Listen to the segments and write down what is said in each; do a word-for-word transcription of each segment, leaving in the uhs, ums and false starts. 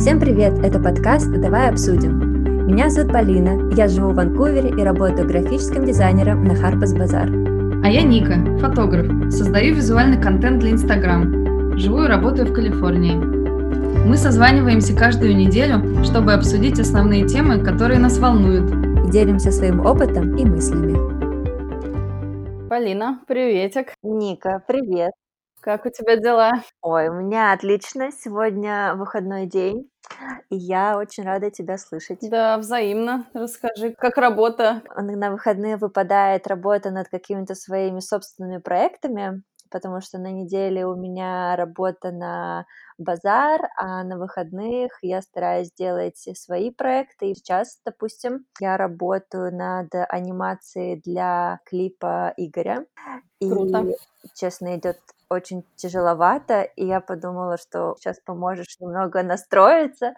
Всем привет! Это подкаст «Давай обсудим». Меня зовут Полина, я живу в Ванкувере и работаю графическим дизайнером на Harper's Bazaar. А я Ника, фотограф, создаю визуальный контент для Instagram. Живу и работаю в Калифорнии. Мы созваниваемся каждую неделю, чтобы обсудить основные темы, которые нас волнуют. И делимся своим опытом и мыслями. Полина, приветик. Ника, привет. Как у тебя дела? Ой, у меня отлично. Сегодня выходной день, и я очень рада тебя слышать. Да, взаимно. Расскажи, как работа? На выходные выпадает работа над какими-то своими собственными проектами, потому что на неделе у меня работа на базар, а на выходных я стараюсь делать свои проекты. И сейчас, допустим, я работаю над анимацией для клипа Игоря. Круто. И, честно, идет очень тяжеловато, и я подумала, что сейчас поможешь немного настроиться.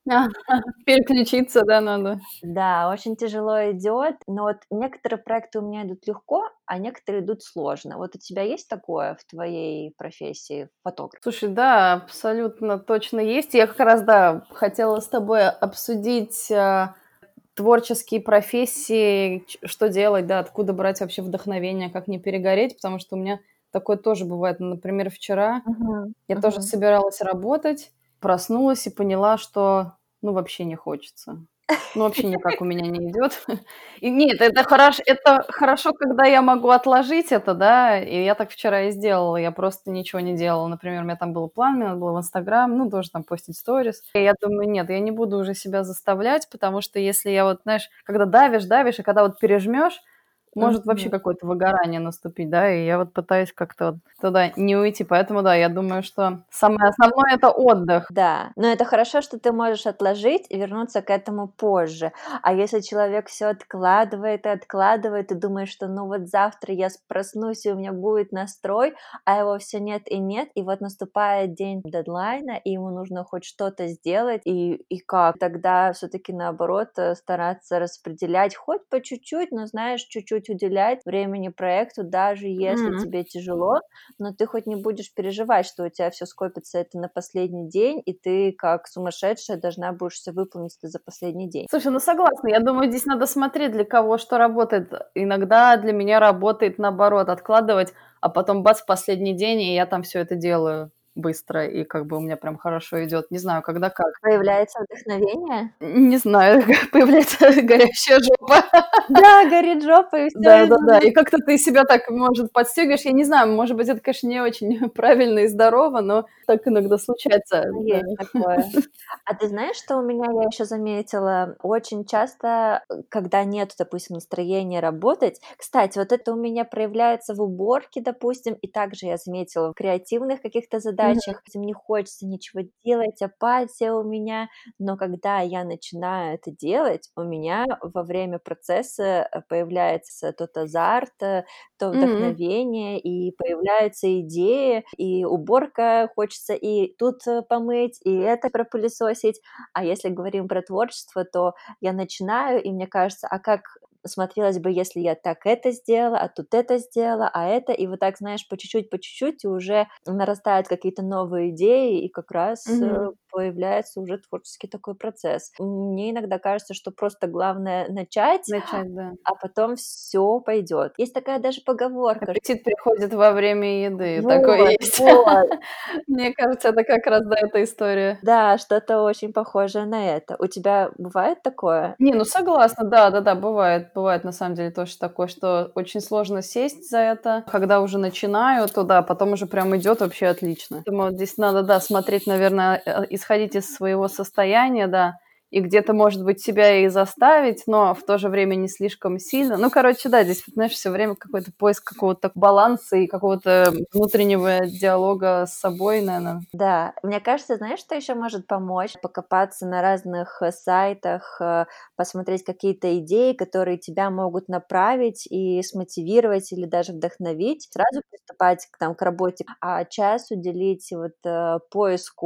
Переключиться, да, надо. Да, очень тяжело идет, но вот некоторые проекты у меня идут легко, а некоторые идут сложно. Вот у тебя есть такое в твоей профессии фотограф? Слушай, да, абсолютно точно есть. Я как раз, да, хотела с тобой обсудить а, творческие профессии, ч- что делать, да, откуда брать вообще вдохновение, как не перегореть, потому что у меня такое тоже бывает. Ну, например, вчера Мгм, я тоже мгм. собиралась работать, проснулась и поняла, что, ну, вообще не хочется. Ну, вообще никак у меня не идет. И нет, это хорошо, это хорошо, когда я могу отложить это, да, и я так вчера и сделала, я просто ничего не делала. Например, у меня там был план, мне надо было в Инстаграм, ну, тоже там постить сторис. И я думаю, нет, я не буду уже себя заставлять, потому что если я вот, знаешь, когда давишь, давишь, и когда вот пережмешь, может вообще Мгм. какое-то выгорание наступить, да, и я вот пытаюсь как-то вот туда не уйти. Поэтому, да, я думаю, что самое основное – это отдых. Да, но это хорошо, что ты можешь отложить и вернуться к этому позже. А если человек все откладывает и откладывает, и думает, что ну вот завтра я с- проснусь, и у меня будет настрой, а его все нет и нет, и вот наступает день дедлайна, и ему нужно хоть что-то сделать, и, и как? Тогда все-таки наоборот э, стараться распределять хоть по чуть-чуть, но знаешь, чуть-чуть уделять времени проекту, даже если М. тебе тяжело, но ты хоть не будешь переживать, что у тебя все скопится это на последний день, и ты как сумасшедшая должна будешь все выполнить это за последний день. Слушай, ну согласна. Я думаю, здесь надо смотреть, для кого что работает. Иногда для меня работает наоборот, откладывать, а потом бац, последний день, и я там все это делаю быстро, и как бы у меня прям хорошо идет. Не знаю, когда как. Появляется вдохновение? Не знаю, появляется горящая жопа. Да, горит жопа, и все. Да-да-да. И как-то ты себя так, может, подстегиваешь. Я не знаю, может быть, это, конечно, не очень правильно и здорово, но так иногда случается. Да. Есть такое. А ты знаешь, что у меня, я еще заметила, очень часто, э, когда нет, допустим, настроения работать, кстати, вот это у меня проявляется в уборке, допустим, и также я заметила в креативных каких-то Мгм. задачах, где не хочется ничего делать, апатия у меня, но когда я начинаю это делать, у меня во время процесса э, появляется тот азарт, э, то М. вдохновение, и появляются идеи, и уборка хочется и тут э, помыть, и это пропылесосить. А если говорим про творчество, то я начинаю, и мне кажется, а как смотрелось бы, если я так это сделала, а тут это сделала, а это, и вот так, знаешь, по чуть-чуть, по чуть-чуть, и уже нарастают какие-то новые идеи, и как раз Мгм. э, появляется уже творческий такой процесс. Мне иногда кажется, что просто главное начать, Начать, да. а потом все пойдет. Есть такая даже поговорка. Аппетит приходит во время еды, такое Вот, есть. вот. Мне кажется, это как раз, да, эта история. Да, что-то очень похожее на это. У тебя бывает такое? Не, ну согласна, да-да-да, бывает. Бывает на самом деле тоже такое, что очень сложно сесть за это. Когда уже начинаю, то да, потом уже прям идет вообще отлично. Поэтому вот здесь надо, да, смотреть, наверное, э, исходить из своего состояния, да, и где-то, может быть, себя и заставить, но в то же время не слишком сильно. Ну, короче, да, здесь, вот, знаешь, все время какой-то поиск какого-то баланса и какого-то внутреннего диалога с собой, наверное. Да, мне кажется, знаешь, что еще может помочь? Покопаться на разных э, сайтах, э, посмотреть какие-то идеи, которые тебя могут направить и смотивировать или даже вдохновить, сразу приступать к, там, к работе, а час уделить вот э, поиску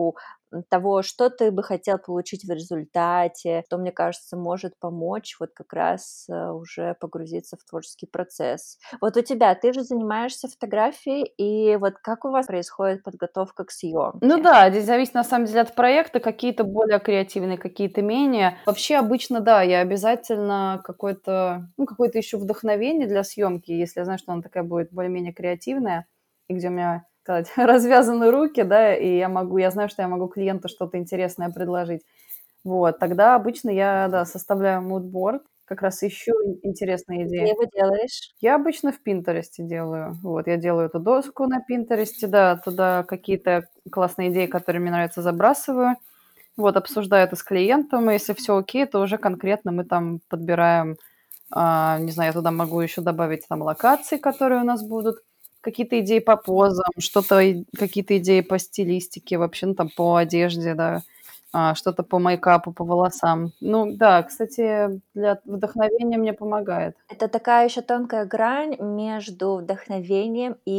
того, что ты бы хотел получить в результате, то, мне кажется, может помочь вот как раз э, уже погрузиться в творческий процесс. Вот у тебя, ты же занимаешься фотографией, и вот как у вас происходит подготовка к Ну съемке? да, здесь зависит на самом деле от проекта, какие-то более креативные, какие-то менее. Вообще обычно, да, я обязательно какое-то, ну, какое-то ищу вдохновение для съемки, если я знаю, что она такая будет более-менее креативная, и где у меня, так сказать, развязаны руки, да, и я могу, я знаю, что я могу клиенту что-то интересное предложить. Вот, тогда обычно я, да, составляю мудборд, как раз ищу ин- интересные Где идеи. его делаешь? Я обычно в "Пинтересте" делаю. Вот, я делаю эту доску на "Пинтересте", да, туда какие-то классные идеи, которые мне нравятся, забрасываю. Вот, обсуждаю это с клиентом, и если все окей, то уже конкретно мы там подбираем, а, не знаю, я туда могу еще добавить там локации, которые у нас будут, какие-то идеи по позам, что-то, и какие-то идеи по стилистике вообще, ну, там, по одежде, да, а, что-то по мейкапу, по волосам. Ну да, кстати, для вдохновения мне помогает. Это такая еще тонкая грань между вдохновением и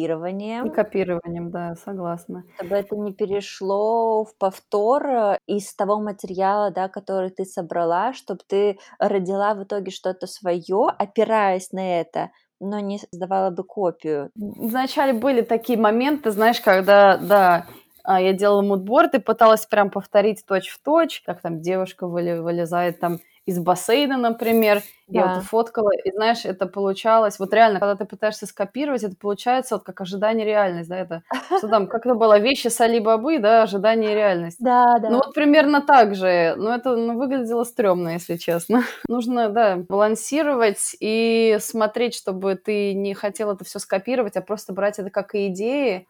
И копированием, копированием, да, согласна. чтобы это не перешло в повтор э, из того материала, да, который ты собрала, чтобы ты родила в итоге что-то свое, опираясь на это, но не создавала бы копию. Вначале были такие моменты, знаешь, когда, да, а, я делала мудборд и пыталась прям повторить точь-в-точь, как там девушка выли вылезает там из бассейна, например. Я вот Да. фоткала, и знаешь, это получалось вот реально, когда ты пытаешься скопировать, это получается вот как ожидание реальность, да, это что там, как это было, вещи с Али-Бабы, да, ожидание и реальность. Да, Ну да. вот примерно так же, но это, ну, выглядело стрёмно, если честно. Нужно, да, балансировать и смотреть, чтобы ты не хотел это все скопировать, а просто брать это как идеи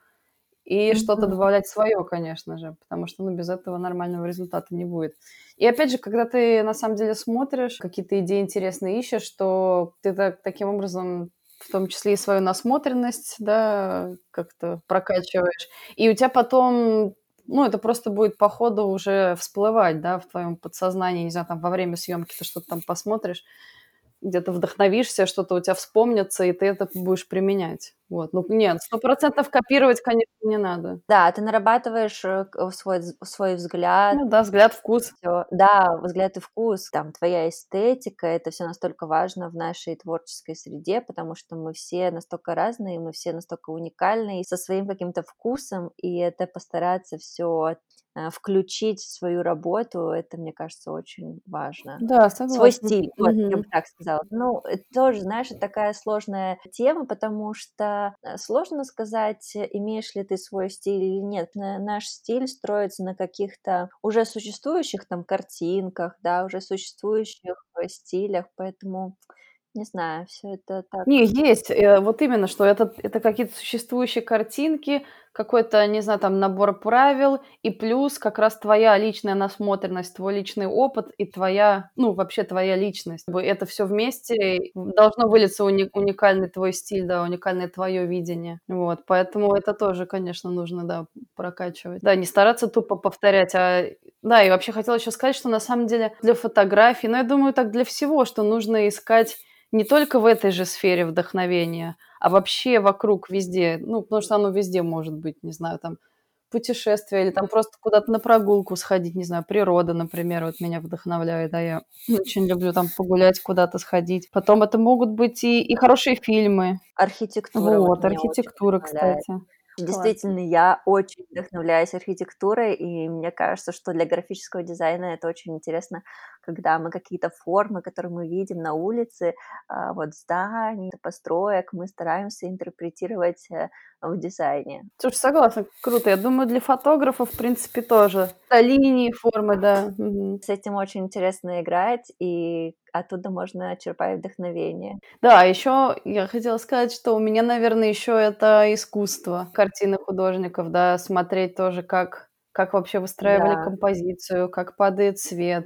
и что-то Мгм. добавлять свое, конечно же, потому что, ну, без этого нормального результата не будет. И опять же, когда ты на самом деле смотришь, какие-то идеи интересные ищешь, то ты так таким образом в том числе и свою насмотренность, да, как-то прокачиваешь. И у тебя потом, ну, это просто будет по ходу уже всплывать, да, в твоем подсознании, не знаю, там во время съемки ты что-то там посмотришь, где-то вдохновишься, что-то у тебя вспомнится, и ты это будешь применять. Вот. Ну, нет, сто процентов копировать, конечно, не надо. Да, ты нарабатываешь э, к- свой, вз- свой взгляд, Ну да, взгляд, вкус. всё. Да, взгляд и вкус, там, твоя эстетика — это все настолько важно в нашей творческой среде, потому что мы все настолько разные, мы все настолько уникальны и со своим каким-то вкусом, и это постараться все включить в свою работу, это, мне кажется, очень важно. Да, Свой согласна. стиль, вот, я бы Мгм. так сказала. Ну, это тоже, знаешь, это такая сложная тема, потому что э, сложно сказать, э, имеешь ли ты свой стиль или нет. На- Наш стиль строится на каких-то уже существующих там картинках, да, уже существующих э, стилях, поэтому, не знаю, все это так. Не, есть. Э, вот именно, что это это какие-то существующие картинки, какой-то, не знаю, там набор правил, и плюс как раз твоя личная насмотренность, твой личный опыт и твоя, ну, вообще твоя личность. Как бы это все вместе должно вылиться уни уникальный твой стиль, да, уникальное твое видение. Вот, поэтому это тоже, конечно, нужно, да, прокачивать. Да, не стараться тупо повторять, а да, и вообще хотела еще сказать, что на самом деле для фотографий, ну, я думаю, так для всего, что нужно искать не только в этой же сфере вдохновения, а вообще вокруг, везде. Ну, потому что оно везде может быть, не знаю, там путешествие или там просто куда-то на прогулку сходить, не знаю, природа, например, вот меня вдохновляет, да, я очень люблю там погулять, куда-то сходить. Потом это могут быть и, и хорошие фильмы. Архитектура вот Вот, меня очень архитектура, вдохновляет. кстати. Класс. Действительно, я очень вдохновляюсь архитектурой, и мне кажется, что для графического дизайна это очень интересно, когда мы какие-то формы, которые мы видим на улице, а, вот зданий, построек, мы стараемся интерпретировать э, в дизайне. Слушай, согласна, круто. Я думаю, для фотографов, в принципе, тоже. Да, линии, формы, да. Мгм. С этим очень интересно играть, и оттуда можно черпать вдохновение. Да, еще я хотела сказать, что у меня, наверное, еще это искусство, картины художников, да, смотреть тоже, как, как вообще выстраивали Да. композицию, как падает свет,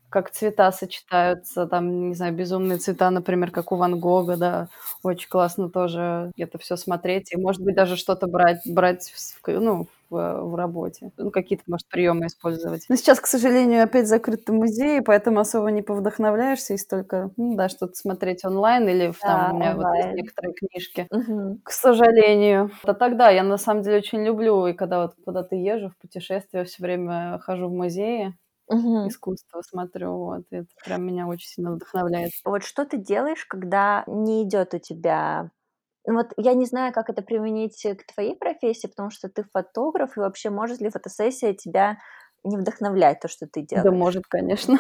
как цвета сочетаются, там, не знаю, безумные цвета, например, как у Ван Гога, да. Очень классно тоже это все смотреть и, может быть, даже что-то брать брать в с в к ну, в в работе. Ну, какие-то, может, приемы использовать. Но сейчас, к сожалению, опять закрыты музеи, поэтому особо не повдохновляешься, есть только, ну да, что-то смотреть онлайн или в там Да, у меня вот есть онлайн. некоторые книжки, Мгм. к сожалению. А так да, я на самом деле очень люблю, и когда вот куда-то езжу в путешествие, все время хожу в музеи, Мгм. искусство смотрю, вот, и это прям меня очень сильно вдохновляет. Вот что ты делаешь, когда не идет у тебя. Ну вот я не знаю, как это применить э, к твоей профессии, потому что ты фотограф, и вообще может ли фотосессия тебя не вдохновлять, то, что ты Да, делаешь? может, конечно.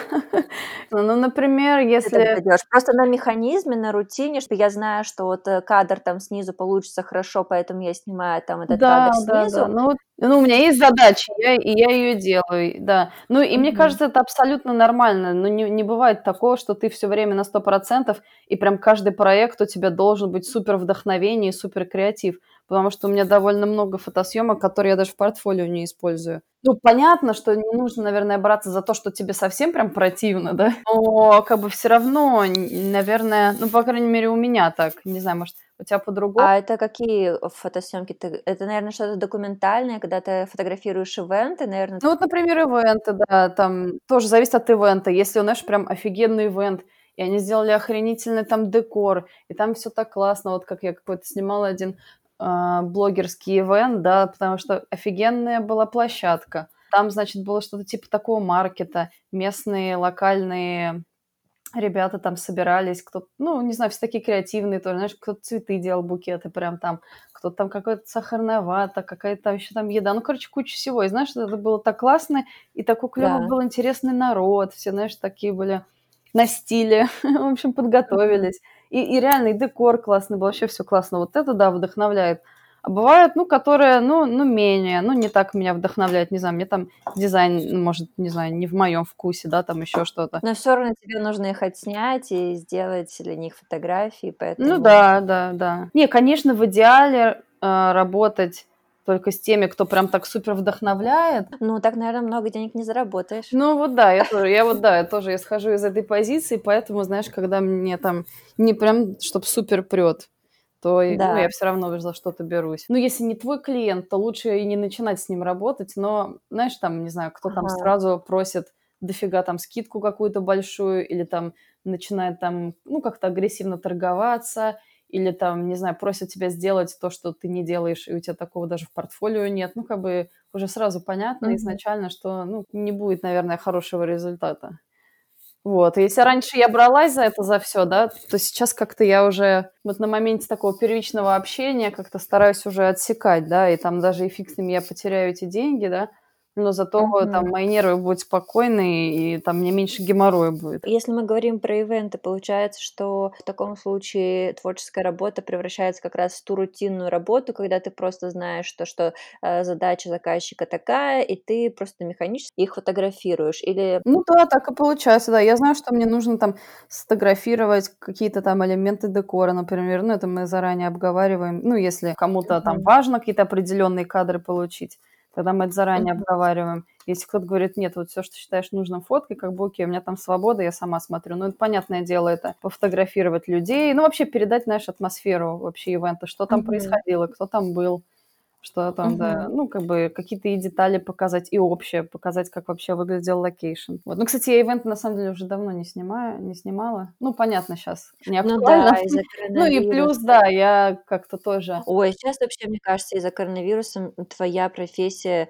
Ну, например, Ты тогда если делаешь? Просто на механизме, на рутине, что я знаю, что вот, э, кадр там снизу получится хорошо, поэтому я снимаю там этот да, кадр да-да. снизу. Ну вот, ну, у меня есть задача, я и я ее делаю, и да. Ну, и мне Мгм. кажется, это абсолютно нормально. Но не не бывает такого, что ты все время на сто процентов и прям каждый проект у тебя должен быть супер вдохновение и супер креатив. Потому что у меня довольно много фотосъемок, которые я даже в портфолио не использую. Ну, понятно, что не нужно, наверное, браться за то, что тебе совсем прям противно, да, но как бы все равно, н наверное, ну, по крайней мере, у меня так. Не знаю, может, у тебя по-другому? А это какие, э, фотосъемки ты? Это, наверное, что-то документальное, когда ты фотографируешь ивенты, наверное. Ну, вот, например, ивенты, да, там тоже зависит от ивента. Если он, знаешь, прям офигенный ивент, и они сделали охренительный там декор, и там все так классно, вот как я какой-то снимала один а, блогерский ивент, да, потому что офигенная была площадка. Там, значит, было что-то типа такого маркета, местные, локальные ребята там собирались, кто-то, ну, не знаю, все такие креативные тоже, знаешь, кто-то цветы делал, букеты прям там, кто-то там какая-то сахарная вата, какая-то еще там еда, ну, короче, куча всего. И знаешь, это было так классно, и такой клевый Да. был интересный народ, все, знаешь, такие были на стиле, в общем, Мгм. подготовились. И, и реально, и декор классный был, вообще все классно. Вот это, да, вдохновляет. А бывают, ну, которые, ну, ну, менее, ну, не так меня вдохновляет, не знаю, мне там дизайн, ну, может, не знаю, не в моем вкусе, да, там еще что-то. Но всё равно тебе нужно их отснять и сделать для них фотографии, Ну поэтому. да, да, да. Не, конечно, в идеале, а, работать только с теми, кто прям так супер вдохновляет. Ну, так, наверно, много денег не заработаешь. Ну вот да, я тоже, я вот да, я тоже я схожу из этой позиции, поэтому, знаешь, когда мне там не прям чтоб супер прёт, то и, ну, Да. я все равно за что-то берусь. Ну, если не твой клиент, то лучше и не начинать с ним работать, но, знаешь, там, не знаю, кто там Ага. сразу просит дофига там скидку какую-то большую или там начинает там, ну, как-то агрессивно торговаться, или там, не знаю, просят тебя сделать то, что ты не делаешь, и у тебя такого даже в портфолио нет. Ну, как бы уже сразу понятно Мгм. изначально, что, ну, не будет, наверное, хорошего результата. Вот, и если раньше я бралась за это, за все, да, то сейчас как-то я уже вот на моменте такого первичного общения как-то стараюсь уже отсекать, да, и там даже и фиг с ним, я потеряю эти деньги, да, но зато там Мгм. мои нервы будут спокойны, и там мне меньше геморроя будет. Если мы говорим про ивенты, получается, что в таком случае творческая работа превращается как раз в ту рутинную работу, когда ты просто знаешь то, что, э, задача заказчика такая, и ты просто механически их фотографируешь. Или. Ну да, так и получается, да. Я знаю, что мне нужно там сфотографировать какие-то там элементы декора, например. Ну, это мы заранее обговариваем. Ну, если кому-то там Мгм. важно какие-то определенные кадры получить, тогда мы это заранее Мгм. обговариваем. Если кто-то говорит: "Нет, вот все, что считаешь нужным, фоткай", как бы окей, у меня там свобода, я сама смотрю. Ну, это понятное дело, это пофотографировать людей, ну, вообще передать, знаешь, атмосферу вообще ивента, что там Мгм. происходило, кто там был. Что там, да, Мгм. ну, как бы какие-то и детали показать, и общее показать, как вообще выглядел локейшн. Вот. Ну, кстати, я ивенты на самом деле уже давно не снимаю, не снимала. Ну, понятно, сейчас не Ну да, актуально. из-за Ну и плюс, коронавируса. да, я как-то тоже. Ой, сейчас вообще, мне кажется, из-за коронавируса, м, твоя профессия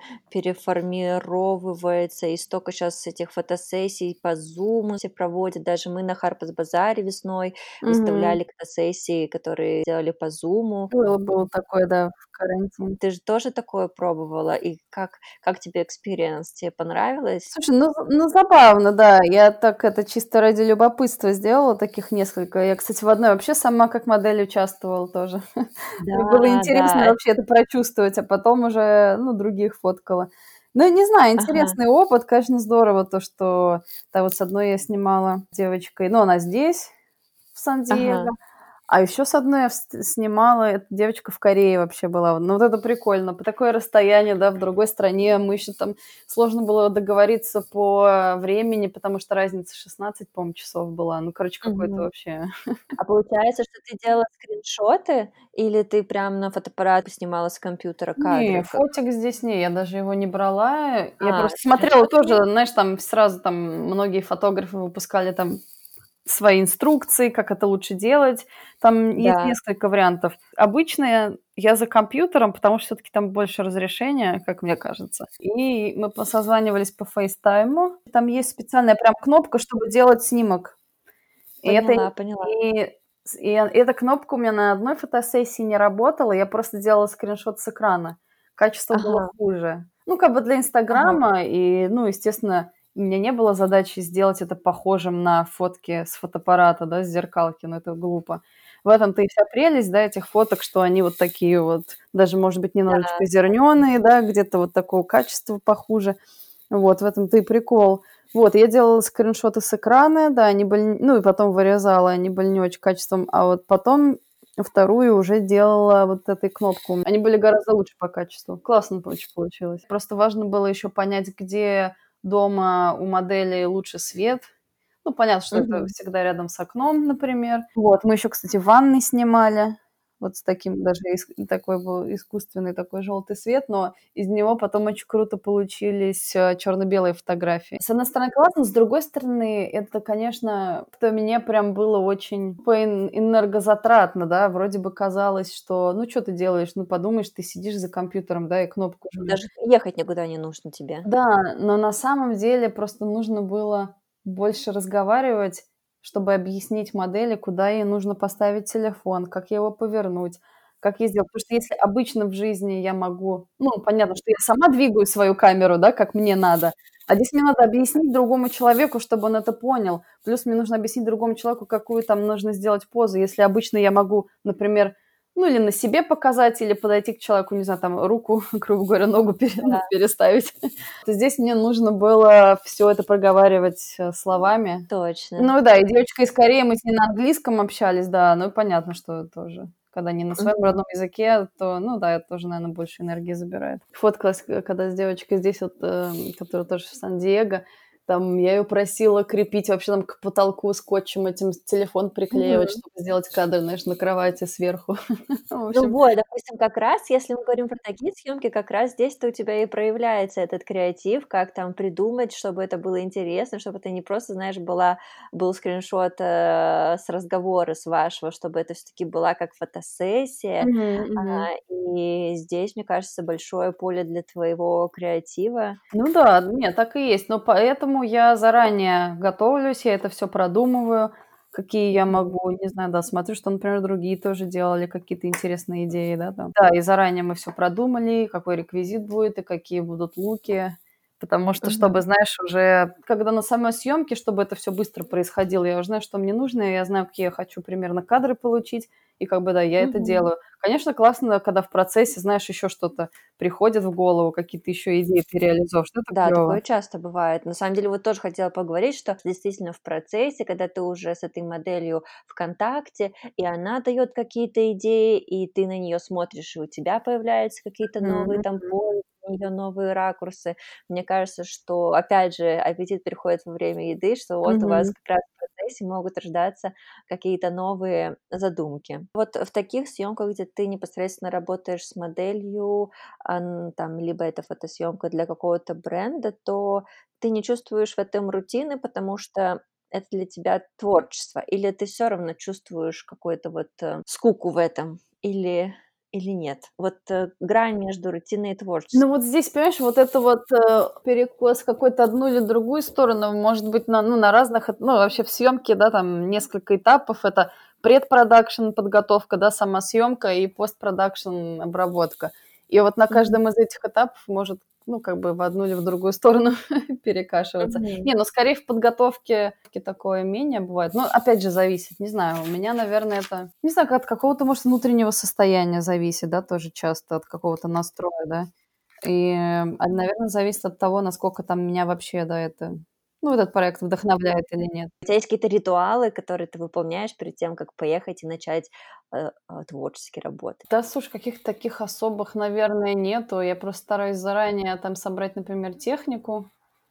переформировывается, и столько сейчас этих фотосессий по "Зуму" все проводят. Даже мы на Харперс Базаре весной Мгм. выставляли фотосессии, которые делали по "Зуму". Было было такое, да, в карантин. Ты же тоже такое пробовала? И как как тебе экспириенс? Тебе понравилось? Слушай, ну ну забавно, да. Я так это чисто ради любопытства сделала таких несколько. Я, кстати, в одной вообще сама как модель участвовала тоже. Мне было Да, интересно да, эт вообще это прочувствовать, а потом уже, ну, других фоткала. Ну, не знаю, ага, интересный опыт. Конечно, здорово то, что да, вот с одной я снимала девочкой, ну, она здесь, в ага. Сан-Диего, А еще с одной я вс- снимала, эта девочка в Корее вообще была. Ну, вот это прикольно. По такое расстояние, да, в другой стране. Мы еще там сложно было договориться по времени, потому что разница шестнадцать, по-моему, часов была. Ну, короче, какой-то Мгм. вообще... А получается, что ты делала скриншоты или ты прям на фотоаппарат снимала с компьютера Не, кадры? Как фотик здесь не, я даже его не брала. Я А, просто смотрела скриншотами? тоже, знаешь, там сразу там многие фотографы выпускали там свои инструкции, как это лучше делать. Там есть Да. несколько вариантов. Обычно я, я за компьютером, потому что все-таки там больше разрешения, как мне кажется. И мы по- созванивались по фейстайму. Там есть специальная прям кнопка, чтобы делать снимок. И это Поняла, поняла. и, и эта кнопка у меня на одной фотосессии не работала, я просто делала скриншот с экрана. Качество было Ага, хуже. Ну, как бы для ага. Инстаграма, и, ну, естественно, у меня не было задачи сделать это похожим на фотки с фотоаппарата, да, с зеркалки, но это глупо. В этом-то и вся прелесть, да, этих фоток, что они вот такие вот, даже, может быть, Да. немножечко зерненые, да, где-то вот такого качества похуже. Вот, в этом-то и прикол. Вот, я делала скриншоты с экрана, да, они были, ну, и потом вырезала, они были не очень качеством, а вот потом вторую уже делала вот этой кнопку. Они были гораздо лучше по качеству. Классно очень получилось. Просто важно было еще понять, где дома у модели лучше свет. Ну, понятно, что это Мгм. всегда рядом с окном, например. Вот, мы еще, кстати, ванны снимали. Вот с таким даже ис- такой был искусственный такой желтый свет, но из него потом очень круто получились э, черно-белые фотографии. С одной стороны, классно, с другой стороны, это, конечно, для меня прям было очень по- эн- энергозатратно, да, вроде бы казалось, что, ну, что ты делаешь, ну, подумаешь, ты сидишь за компьютером, да, и кнопку жмешь. Даже ехать никуда не нужно тебе. Да, но на самом деле просто нужно было больше разговаривать, чтобы объяснить модели, куда ей нужно поставить телефон, как его повернуть, как ей сделать. Потому что если обычно в жизни я могу, ну, понятно, что я сама двигаю свою камеру, да, как мне надо, а здесь мне надо объяснить другому человеку, чтобы он это понял. Плюс мне нужно объяснить другому человеку, какую там нужно сделать позу. Если обычно я могу, например, ну, или на себе показать, или подойти к человеку, не знаю, там руку, грубо говоря, ногу пере- ну, Да, переставить, то здесь мне нужно было все это проговаривать э, словами. точно. Ну да, и девочка из Кореи, мы с ней на английском общались, да, ну и понятно, что тоже, когда не на своем Мгм. родном языке, то, ну да, это тоже, наверное, больше энергии забирает. Фоткалась, э, когда с девочкой здесь, вот, э, которая тоже в Сан-Диего, там я ее просила крепить вообще там к потолку скотчем этим телефон приклеивать, Мгм. чтобы сделать кадр, знаешь, на кровати сверху. В Ну общем, вот, допустим, как раз, если мы говорим про такие съемки, как раз здесь-то у тебя и проявляется этот креатив, как там придумать, чтобы это было интересно, чтобы это не просто, знаешь, была, был скриншот э, с разговора с вашего, чтобы это все-таки была как фотосессия. мгм, мгм. А, и здесь, мне кажется, большое поле для твоего креатива. Ну да, нет, так и есть. Но поэтому я заранее готовлюсь, я это все продумываю, какие я Мгм. могу, не знаю, да, смотрю, что, например, другие тоже делали какие-то интересные идеи, да, там. Да, и заранее мы все продумали, какой реквизит будет и какие будут луки. Потому что, Мгм. чтобы, знаешь, уже когда на самой съемке, чтобы это все быстро происходило, я уже знаю, что мне нужно, и я знаю, какие я хочу примерно кадры получить, и как бы, да, я это Мгм. делаю. Конечно, классно, когда в процессе, знаешь, еще что-то приходит в голову, какие-то еще идеи ты реализовываешь. Ну, это Да, такое клево. часто бывает. На самом деле, вот тоже хотела поговорить, что действительно в процессе, когда ты уже с этой моделью в контакте, и она дает какие-то идеи, и ты на нее смотришь, и у тебя появляются какие-то новые Мгм, там мгм, позы, ее новые ракурсы. Мне кажется, что, опять же, аппетит приходит во время еды, что вот у вас мгм. как раз в процессе могут рождаться какие-то новые задумки. Вот в таких съемках, где ты непосредственно работаешь с моделью, ан там либо это фотосъемка для какого-то бренда, то ты не чувствуешь в этом рутины, потому что это для тебя творчество, или ты все равно чувствуешь какую-то вот, э, скуку в этом, или или нет? Вот, э, грань между рутиной и Ну, творчеством. вот здесь, понимаешь, вот это вот, э, перекос в какую-то одну или другую сторону может быть на, ну, на разных, эт ну, вообще в съемке, да, там несколько этапов. Это предпродакшн подготовка, да, сама съемка и постпродакшн обработка. И вот на Мгм. каждом из этих этапов может, ну, как бы в одну или в другую сторону перекашиваться. Мгм. Не, ну, скорее в подготовке такое менее бывает. Ну, опять же, зависит, не знаю. У меня, наверное, это, не знаю, от какого-то, может, внутреннего состояния зависит, да, тоже часто, от какого-то настроя, да. И, наверное, зависит от того, насколько там меня вообще, да, это, ну, этот проект вдохновляет или нет. У тебя есть какие-то ритуалы, которые ты выполняешь перед тем, как поехать и начать э, э, творчески работать? Да, слушай, каких-то таких особых, наверное, нету. Я просто стараюсь заранее там собрать, например, технику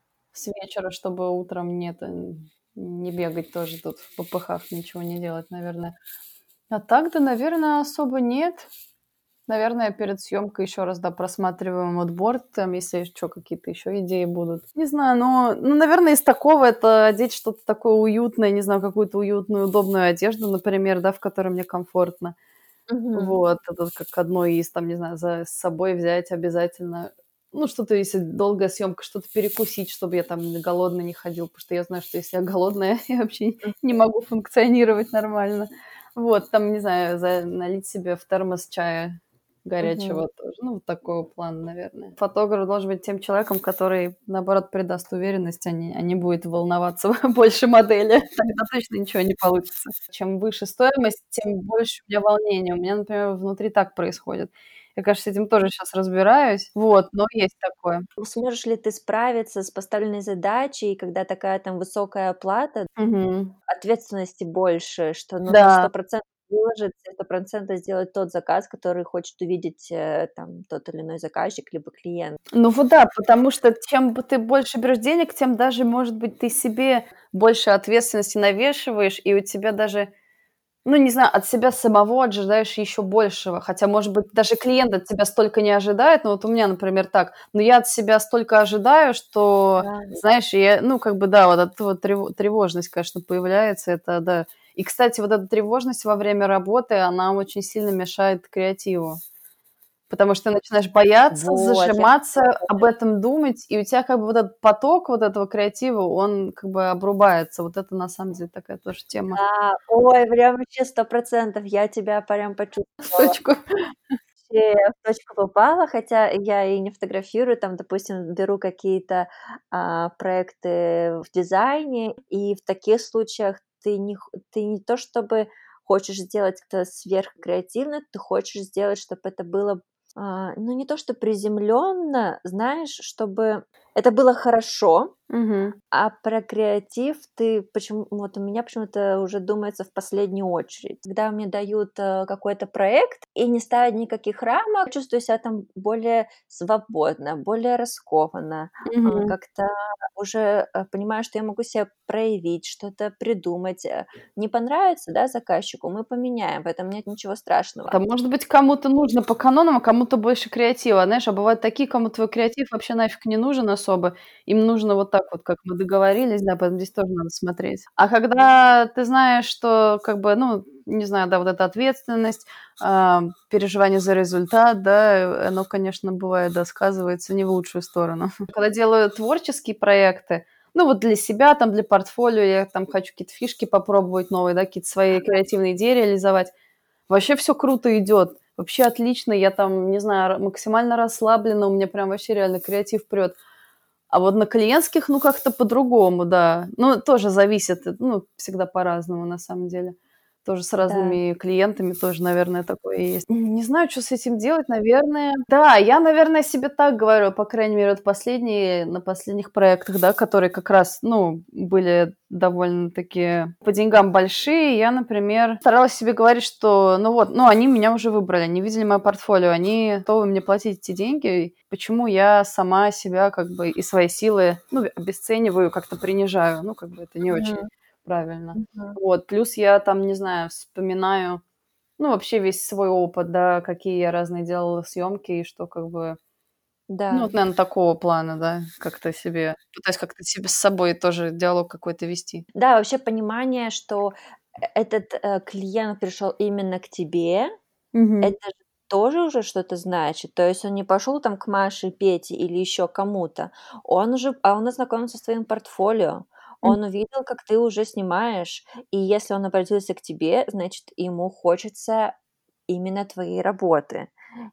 с вечера, чтобы утром не, это, не бегать тоже тут в попыхах, ничего не делать, наверное. А так, да, наверное, особо нет. Наверное, перед съемкой еще раз, да, просматриваю мудборд, там, если что, какие-то еще идеи будут. Не знаю, но, ну, наверное, из такого это одеть что-то такое уютное, не знаю, какую-то уютную, удобную одежду, например, да, в которой мне комфортно. Мгм. Вот, это как одно из, там, не знаю, за с собой взять обязательно, ну, что-то, если долгая съемка, что-то перекусить, чтобы я там не голодный не ходил, потому что я знаю, что если я голодная, я вообще не могу функционировать нормально. Вот, там, не знаю, за налить себе в термос чая Мгм. горячего тоже. Ну, вот такого плана, наверное. Фотограф должен быть тем человеком, который, наоборот, придаст уверенность, а не, а не будет волноваться больше модели. Тогда точно ничего не получится. Чем выше стоимость, тем больше у меня волнения. У меня, например, внутри так происходит. Я, конечно, с этим тоже сейчас разбираюсь. Вот, но есть такое. Сможешь ли ты справиться с поставленной задачей, когда такая там высокая оплата, Мгм. ответственности больше, что нужно Да. сто процентов выложиться, сто процентов сделать тот заказ, который хочет увидеть э, там тот или иной заказчик либо клиент? Ну вот да, потому что чем б ты больше берешь денег, тем даже, может быть, ты себе больше ответственности навешиваешь, и у тебя даже, ну, не знаю, от себя самого ожидаешь еще большего. Хотя, может быть, даже клиент от тебя столько не ожидает. Ну, вот у меня, например, так. Но я от себя столько ожидаю, что, Да, знаешь, я, ну, как бы, да, вот эта вот трево- тревожность, конечно, появляется. Это, да. И, кстати, вот эта тревожность во время работы, она очень сильно мешает креативу. Потому что ты начинаешь бояться, вот, я зажиматься, об этом думать, и у тебя как бы вот этот поток вот этого креатива, он как бы обрубается. Вот это на самом деле такая тоже тема. да, ой, прям вообще сто процентов я тебя прям В почувствовала. точку. Вообще в точку попала, хотя я и не фотографирую, там, допустим, беру какие-то, а, проекты в дизайне, и в таких случаях ты не х ты не то чтобы хочешь сделать это сверхкреативно, ты хочешь сделать, чтобы это было, а, ну, не то что приземленно, знаешь, чтобы это было хорошо, Мгм. а про креатив ты почему вот у меня почему-то уже думается в последнюю очередь. Когда мне дают, э, какой-то проект и не ставят никаких рамок, чувствую себя там более свободно, более раскованно, а, Мгм. как-то уже, э, понимаю, что я могу себя проявить, что-то придумать. Э, не понравится, да, заказчику, мы поменяем, в этом нет ничего страшного. Да, может быть, кому-то нужно по канонам, а кому-то больше креатива. Знаешь, а бывают такие, кому твой креатив вообще нафиг не нужен особо. Им нужно вот так вот, как мы договорились, да, поэтому здесь тоже надо смотреть. А когда ты знаешь, что как бы, ну, не знаю, да, вот эта ответственность, а, переживание за результат, да, э, оно, конечно, бывает, да, сказывается не в лучшую сторону. Когда делаю творческие проекты, ну, вот для себя, там, для портфолио, я там хочу какие-то фишки попробовать новые, да, какие-то свои креативные идеи реализовать. Вообще все круто идет. Вообще отлично. Я там, не знаю, р максимально расслаблена, у меня прям вообще реально креатив прет. А вот на клиентских, ну, как-то по-другому, да. Ну, тоже зависит, э, ну, всегда по-разному на самом деле. Тоже с Да. разными клиентами тоже, наверное, такое есть. М, не знаю, что с этим делать, наверное. Да, я, наверное, себе так говорю, по крайней мере, вот последние на последних проектах, да, которые как раз, ну, были довольно-таки по деньгам большие. Я, например, старалась себе говорить, что, ну вот, ну, они меня уже выбрали, они видели мое портфолио, они готовы мне платить эти деньги. Почему я сама себя как бы и свои силы, ну, обесцениваю, как-то принижаю? Ну, как бы это не очень Мгм. правильно. Мгм. Вот, плюс я там, не знаю, вспоминаю, ну, вообще весь свой опыт, да, какие я разные делала съемки и что как бы, ну, Да. вот, наверно, такого плана, да, как-то себе пытаюсь как-то себе с собой тоже диалог какой-то вести. Да, вообще понимание, что э этот, э, клиент пришел именно к тебе, Мгм. это же тоже уже что-то значит. То есть он не пошел там к Маше, Пете или еще кому-то. Он уже а он ознакомился с твоим портфолио. М. Он увидел, как ты уже снимаешь. И если он обратился к тебе, значит, ему хочется именно твоей работы.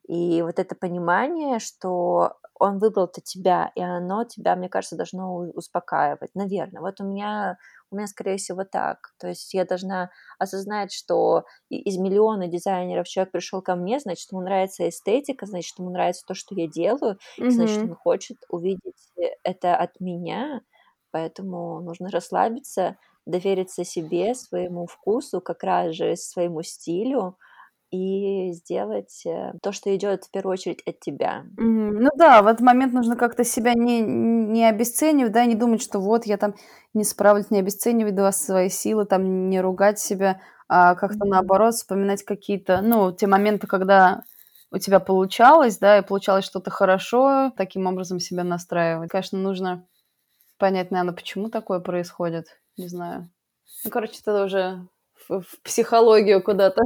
И вот это понимание, что он выбрал-то тебя, и оно тебя, мне кажется, должно у успокаивать. Наверно. Вот у меня у меня, скорее всего, так. То есть я должна осознать, что и из миллиона дизайнеров человек пришел ко мне, значит, ему нравится эстетика, значит, ему нравится то, что я делаю, и значит, Мгм. он хочет увидеть, э, это от меня. Поэтому нужно расслабиться, довериться себе, своему вкусу, как раз же своему стилю и сделать э, то, что идет в первую очередь от тебя. Мгм. Ну да, в этот момент нужно как-то себя не не обесценивать, да, не думать, что вот я там не справлюсь, не обесценивать, да, свои силы, там не ругать себя, а как-то Мгм. наоборот вспоминать какие-то, ну, те моменты, когда у тебя получалось, да, и получалось что-то хорошо, таким образом себя настраивать. Конечно, нужно понять, наверно, почему такое происходит, не знаю. Ну, короче, это уже в в психологию куда-то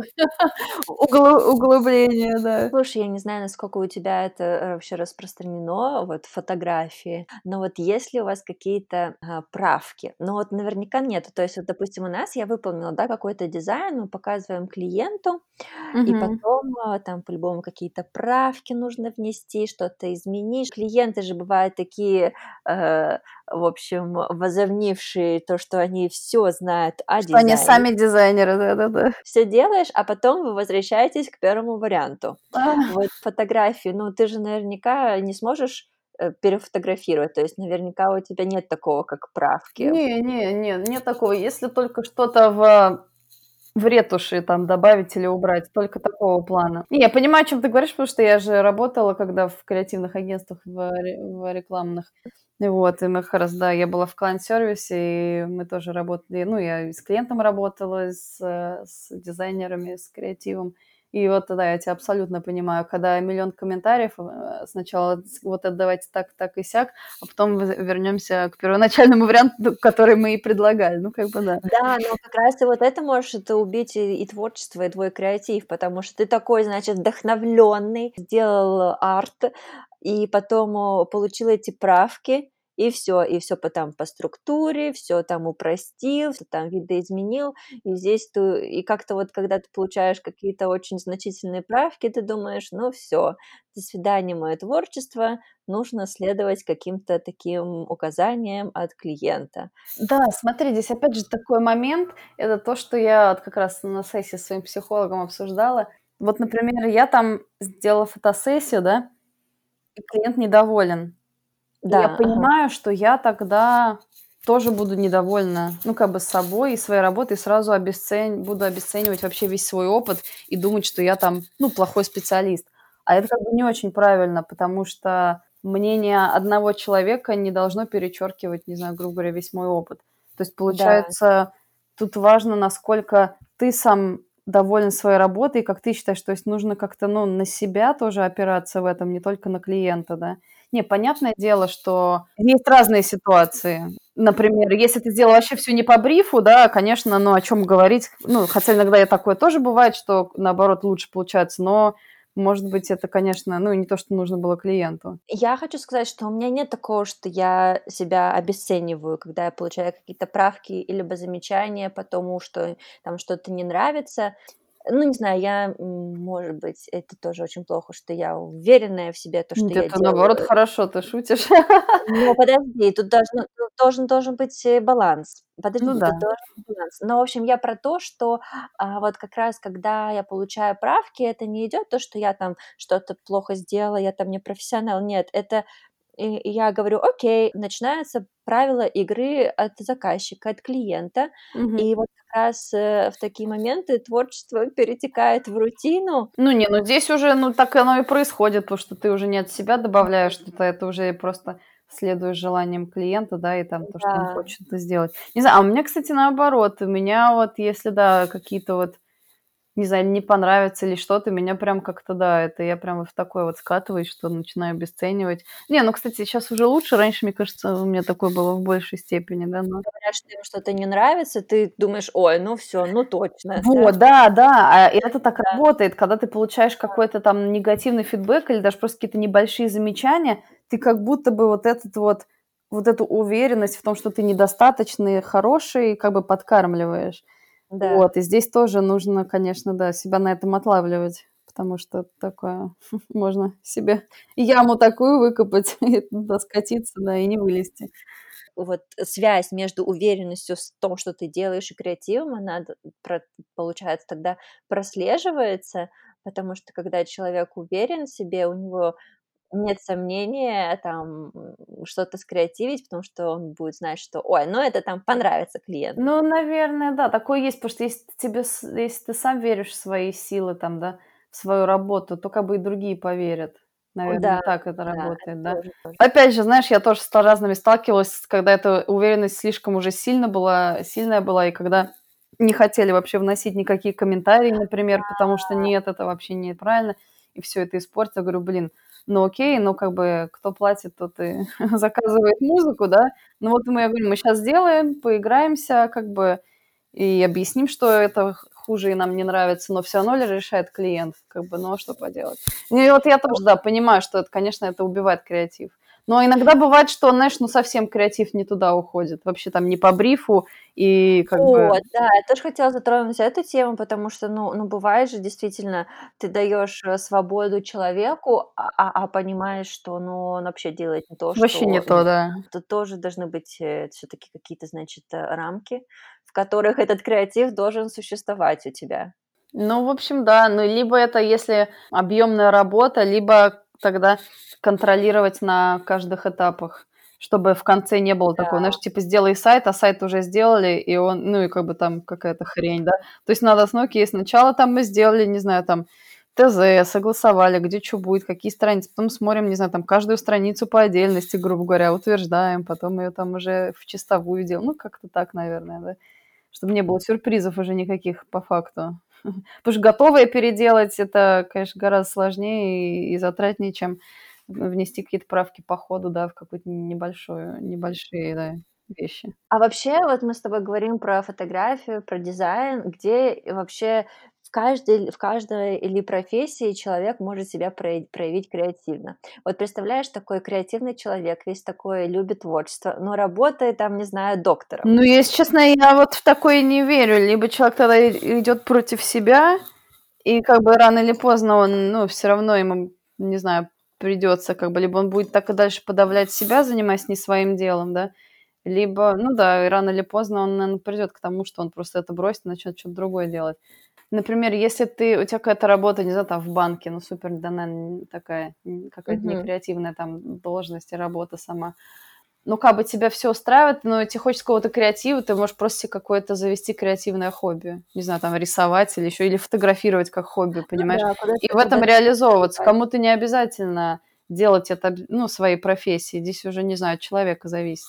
углу углубление, да. Слушай, я не знаю, насколько у тебя это э, вообще распространено, вот фотографии, но вот есть ли у вас какие-то а, правки? Ну вот наверняка нет. То есть вот, допустим, у нас я выполнила, да, какой-то дизайн, мы показываем клиенту, и Мгм. потом а, там по-любому какие-то правки нужно внести, что-то изменить. Клиенты же бывают такие, э, в общем, возомнившие то, что они все знают о Что они дизайне. сами дизайнеры, да-да-да. Все делаешь, а потом вы возвращаетесь к первому варианту. А. Вот фотографии, ну, ты же наверняка не сможешь, э, перефотографировать, то есть наверняка у тебя нет такого, как правки. Не не не, нет такого. Если только что-то в в ретуши там добавить или убрать, только такого плана. Не, я понимаю, о чём ты говоришь, потому что я же работала, когда в креативных агентствах, в ре в рекламных. Вот, и мы как раз, да, я была в клиент-сервисе, и мы тоже работали, ну, я и с клиентом работала, и с, э, с дизайнерами, с креативом. И вот, да, я тебя абсолютно понимаю, когда миллион комментариев, э, сначала с вот это давайте так, так и сяк, а потом в вернёмся к первоначальному варианту, который мы и предлагали. Ну, как бы да. Да, но как раз и вот это может убить и и творчество, и твой креатив, потому что ты такой, значит, вдохновленный, сделал арт, и потом, о, получил эти правки, и все, и все по там по структуре, все там упростил, всё там видоизменил. И здесь ты и как-то вот, когда ты получаешь какие-то очень значительные правки, ты думаешь: "Ну все, до свидания, мое творчество, нужно следовать каким-то таким указаниям от клиента". Да, смотри, здесь опять же такой момент. Это то, что я вот как раз на сессии с своим психологом обсуждала. Вот, например, я там сделала фотосессию, да, и клиент недоволен. И Да, я ага. понимаю, что я тогда тоже буду недовольна, ну, как бы собой и своей работой, и сразу обесцень буду обесценивать вообще весь свой опыт и думать, что я там, ну, плохой специалист. А это как бы не очень правильно, потому что мнение одного человека не должно перечеркивать, не знаю, грубо говоря, весь мой опыт. То есть, Да, получается, тут важно, насколько ты сам доволен своей работой, как ты считаешь. То есть нужно как-то, ну, на себя тоже опираться в этом, не только на клиента, да. Не, понятное дело, что есть разные ситуации. Например, если ты сделал вообще всё не по брифу, да, конечно, ну, о чём говорить. Ну, хотя иногда и такое тоже бывает, что, наоборот, лучше получается, но, может быть, это, конечно, ну, не то, что нужно было клиенту. я хочу сказать, что у меня нет такого, что я себя обесцениваю, когда я получаю какие-то правки или либо замечания по тому, что там что-то не нравится. Ну, не знаю, я, м, может быть, это тоже очень плохо, что я уверенная в себе, то, что Нет, я это, наоборот, делаю. хорошо, ты шутишь. Но подожди, тут должно тут должен должен быть, э, баланс. Ну Подожди, да. тут должен быть баланс. Но, в общем, я про то, что, а, вот как раз, когда я получаю правки, это не идет то, что я там что-то плохо сделала, я там не профессионал. Нет, это и и я говорю: "Окей". Начинаются правила игры от заказчика, от клиента. Мгм. И вот как раз, э, в такие моменты творчество перетекает в рутину. Ну не, ну здесь уже, ну, так оно и происходит, потому что ты уже не от себя добавляешь что-то, это уже просто следуешь желаниям клиента, да, и там то, что он Да. хочет это сделать. Не знаю, а у меня, кстати, наоборот. У меня вот, если, да, какие-то вот, не знаю, не понравится или что-то, меня прям как-то, да, это я прям вот в такое вот скатываюсь, что начинаю обесценивать. Не, ну, кстати, сейчас уже лучше. Раньше, мне кажется, у меня такое было в большей степени, да, но Говорят, что им что-то не нравится, ты думаешь: "Ой, ну все, ну точно", да? вот, да, да, а, и это так Да, работает. Когда ты получаешь какой-то там негативный фидбэк или даже просто какие-то небольшие замечания, ты как будто бы вот этот вот вот эту уверенность в том, что ты недостаточный хороший, как бы подкармливаешь. да. Вот, и здесь тоже нужно, конечно, да, себя на этом отлавливать, потому что такое можно себе яму такую выкопать, и туда скатиться, да, и не вылезти. Вот связь между уверенностью в том, что ты делаешь, и креативом, она д про получается, тогда прослеживается, потому что когда человек уверен в себе, у него нет сомнения там м, что-то скреативить, потому что он будет знать, что, ой, ну это там понравится клиенту. Ну, наверное, да, такое есть, потому что если тебе, с- если ты сам веришь в свои силы, там, да, в свою работу, то как бы и другие поверят. Наверное, Да, так это да, это работает, да. тоже, тоже. Опять же, знаешь, я тоже с разными сталкивалась, когда эта уверенность слишком уже сильно была, сильная была, и когда не хотели вообще вносить никакие комментарии, например, потому что нет, это вообще неправильно, и все это испортит. Я говорю, блин, ну окей, ну как бы кто платит, тот и заказывает музыку, да. Ну вот мы, я говорю, мы сейчас сделаем, поиграемся, как бы, и объясним, что это х- хуже и нам не нравится, но все равно ли решает клиент, как бы, ну а что поделать. Ну и вот я тоже, да, понимаю, что это, конечно, это убивает креатив. Но иногда бывает, что, знаешь, ну совсем креатив не туда уходит, вообще там не по брифу, и как бы, Вот, да, я тоже хотела затронуть эту тему, потому что, ну, ну бывает же действительно, ты даешь э, свободу человеку, а, а а понимаешь, что, ну, он вообще делает не то, вообще не что то, ему. да. Тут тоже должны быть все-таки какие-то, значит, э, рамки, в которых этот креатив должен существовать у тебя. Ну, в общем, да. Ну, либо это если объемная работа, либо тогда контролировать на каждых этапах, чтобы в конце не было такого, Да. знаешь, типа сделай сайт, а сайт уже сделали, и он, ну и как бы там какая-то хрень, да. То есть надо, ну, окей, сначала там мы сделали, не знаю, там ТЗ, согласовали, где что будет, какие страницы, потом смотрим, не знаю, там каждую страницу по отдельности, грубо говоря, утверждаем, потом ее там уже в чистовую делаем. Ну, как-то так, наверное, да. Чтобы не было сюрпризов уже никаких по факту. Потому что готовое переделать — это, конечно, гораздо сложнее и и затратнее, чем внести какие-то правки по ходу, да, в какую-то небольшую небольшие, да, вещи. А вообще, вот мы с тобой говорим про фотографию, про дизайн, где вообще в каждой, в каждой или профессии человек может себя проя- проявить креативно. Вот представляешь, такой креативный человек, весь такой любит творчество, но работает там, не знаю, доктором. Ну, если честно, я вот в такое не верю. Либо человек тогда и идёт против себя, и как бы рано или поздно он, ну, все равно ему, не знаю, придется как бы либо он будет так и дальше подавлять себя, занимаясь не своим делом, да, либо, ну да, и рано или поздно он, наверно, придёт к тому, что он просто это бросит и начнёт что-то другое делать. Например, если ты у тебя какая-то работа, не знаю, там в банке, ну супер, да, наверно, такая, м, какая-то Мгм. некреативная там должность и работа сама. Ну, как бы тебя все устраивает, но тебе хочется какого-то креатива, ты можешь просто себе какое-то завести креативное хобби. Не знаю, там рисовать или еще, или фотографировать как хобби, Ну понимаешь? да, И куда-то в этом куда-то реализовываться. развивать. Кому-то не обязательно делать это, б ну, своей профессией. Здесь уже, не знаю, от человека зависит.